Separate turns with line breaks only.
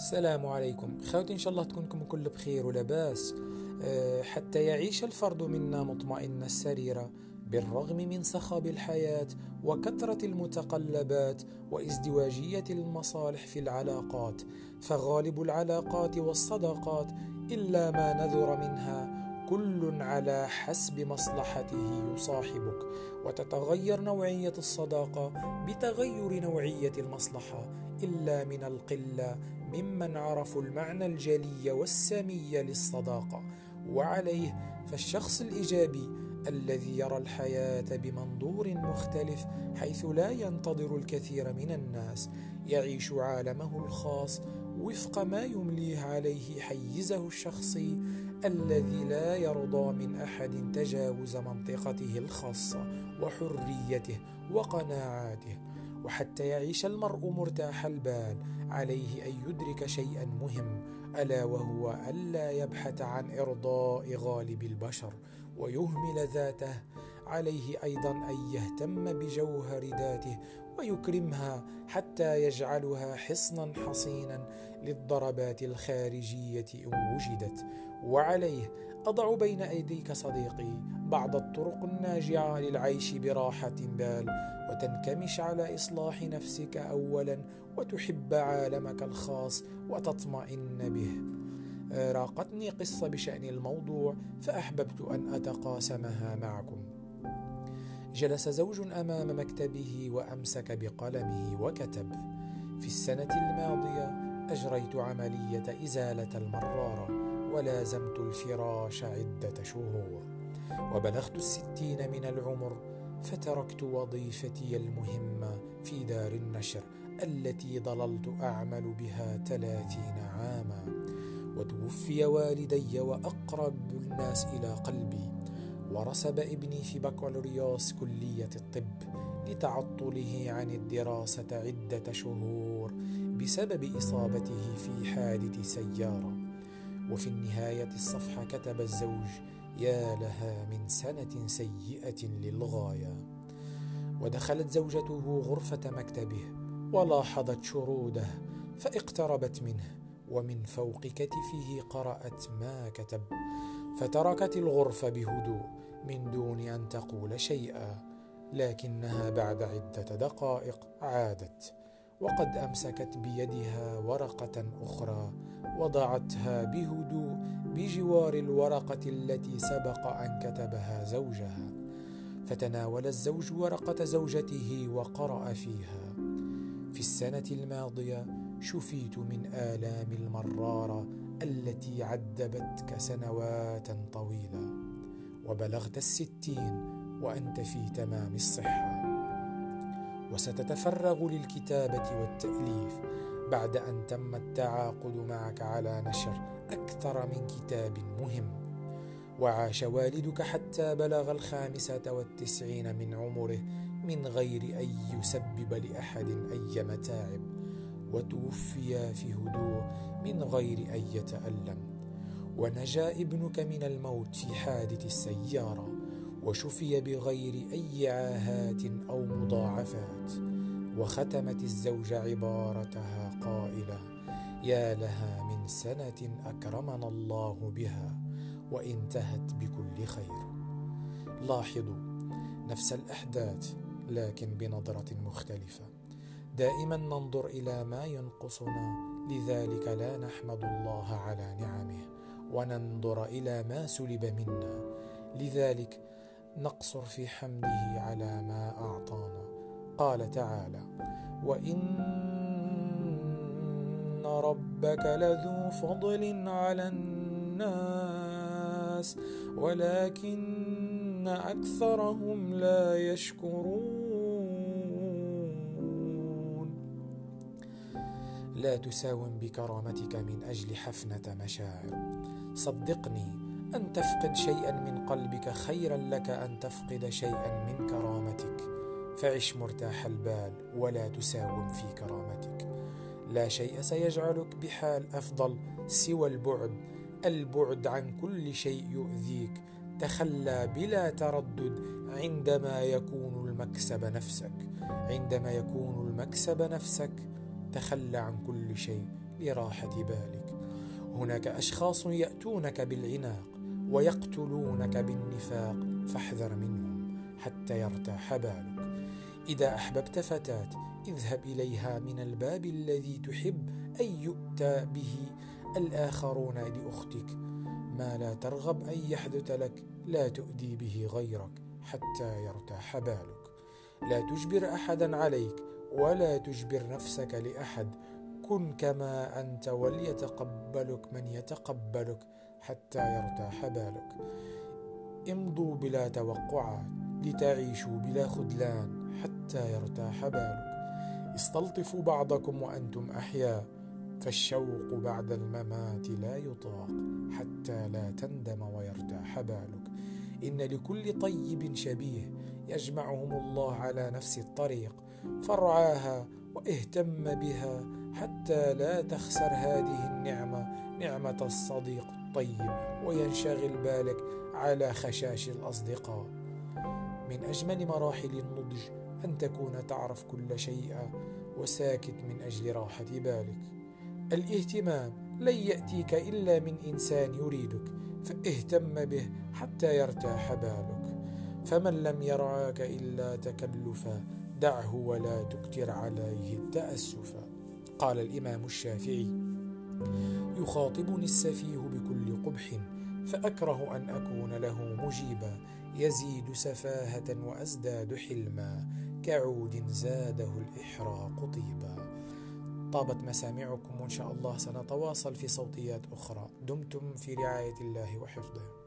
السلام عليكم خوتي، إن شاء الله تكونكم كل بخير ولباس. حتى يعيش الفرد منا مطمئن السريرة بالرغم من صخب الحياة وكثرة المتقلبات وازدواجية المصالح في العلاقات، فغالب العلاقات والصداقات إلا ما نذر منها كل على حسب مصلحته يصاحبك، وتتغير نوعية الصداقة بتغير نوعية المصلحة، إلا من القلة ممن عرفوا المعنى الجلي والسامي للصداقة. وعليه فالشخص الإيجابي الذي يرى الحياة بمنظور مختلف، حيث لا ينتظر الكثير من الناس، يعيش عالمه الخاص وفق ما يمليه عليه حيزه الشخصي، الذي لا يرضى من أحد تجاوز منطقته الخاصة وحريته وقناعاته. وحتى يعيش المرء مرتاح البال، عليه أن يدرك شيئا مهم، ألا وهو ألا يبحث عن إرضاء غالب البشر ويهمل ذاته. عليه أيضا أن يهتم بجوهر ذاته ويكرمها حتى يجعلها حصنا حصينا للضربات الخارجية إن وجدت. وعليه أضع بين أيديك صديقي بعض الطرق الناجعة للعيش براحة بال، وتنكمش على إصلاح نفسك أولا، وتحب عالمك الخاص وتطمئن به. راقتني قصة بشأن الموضوع فأحببت أن أتقاسمها معكم. جلس زوج أمام مكتبه وأمسك بقلمه وكتب: في السنة الماضية أجريت عملية إزالة المرارة، ولازمت الفراش عدة شهور، وبلغت 60 من العمر، فتركت وظيفتي المهمة في دار النشر التي ظللت أعمل بها 30 عاما، وتوفي والدي وأقرب الناس إلى قلبي، ورسب ابني في بكالوريوس كلية الطب لتعطله عن الدراسة عدة شهور بسبب إصابته في حادث سيارة. وفي نهاية الصفحة كتب الزوج: يا لها من سنة سيئة للغاية. ودخلت زوجته غرفة مكتبه ولاحظت شروده، فاقتربت منه، ومن فوق كتفه قرأت ما كتب، فتركت الغرفة بهدوء من دون أن تقول شيئا. لكنها بعد عدة دقائق عادت، وقد أمسكت بيدها ورقة أخرى، وضعتها بهدوء بجوار الورقة التي سبق أن كتبها زوجها. فتناول الزوج ورقة زوجته وقرأ فيها: في السنة الماضية شفيت من آلام المرارة التي عذبتك سنوات طويلة، وبلغت 60 وأنت في تمام الصحة، وستتفرغ للكتابة والتأليف بعد أن تم التعاقد معك على نشر أكثر من كتاب مهم. وعاش والدك حتى بلغ 95 من عمره من غير أن يسبب لأحد أي متاعب، وتوفي في هدوء من غير أن يتألم. ونجا ابنك من الموت في حادث السيارة، وشفي بغير أي عاهات أو مضاعفات. وختمت الزوجة عبارتها قائلة: يا لها من سنة أكرمنا الله بها وانتهت بكل خير. لاحظوا نفس الأحداث لكن بنظرة مختلفة. دائما ننظر إلى ما ينقصنا، لذلك لا نحمد الله على نعمه، وننظر إلى ما سلب منا، لذلك نقصر في حمده على ما أعطانا. قال تعالى: وإن ربك لذو فضل على الناس ولكن أكثرهم لا يشكرون. لا تساوم بكرامتك من أجل حفنة مشاعر. صدقني، أن تفقد شيئا من قلبك خيرا لك أن تفقد شيئا من كرامتك. فعش مرتاح البال ولا تساوم في كرامتك. لا شيء سيجعلك بحال أفضل سوى البعد عن كل شيء يؤذيك. تخلى بلا تردد عندما يكون المكسب نفسك. تخلى عن كل شيء لراحة بالك. هناك أشخاص يأتونك بالعناق ويقتلونك بالنفاق، فاحذر منهم حتى يرتاح بالك. إذا أحببت فتاة اذهب إليها من الباب الذي تحب أن يؤتى به الآخرون لأختك. ما لا ترغب أن يحدث لك لا تؤذي به غيرك حتى يرتاح بالك. لا تجبر أحدا عليك ولا تجبر نفسك لأحد. كن كما أنت وليتقبلك من يتقبلك حتى يرتاح بالك. امضوا بلا توقعات لتعيشوا بلا خذلان حتى يرتاح بالك. استلطفوا بعضكم وأنتم أحياء، فالشوق بعد الممات لا يطاق حتى لا تندم ويرتاح بالك. إن لكل طيب شبيه يجمعهم الله على نفس الطريق، فارعاها واهتم بها حتى لا تخسر هذه النعمة، نعمة الصديق الطيب، وينشغل بالك على خشاش الأصدقاء. من أجمل مراحل النضج أن تكون تعرف كل شيء وساكت من أجل راحة بالك. الاهتمام لن يأتيك إلا من إنسان يريدك، فاهتم به حتى يرتاح بالك. فمن لم يرعاك إلا تكلفا دعه ولا تكتر عليه التأسفا. قال الإمام الشافعي: يخاطبني السفيه بكل قبح، فأكره أن أكون له مجيبا، يزيد سفاهة وأزداد حلما، كعود زاده الإحراق طيبا. طابت مسامعكم، وإن شاء الله سنتواصل في صوتيات أخرى. دمتم في رعاية الله وحفظه.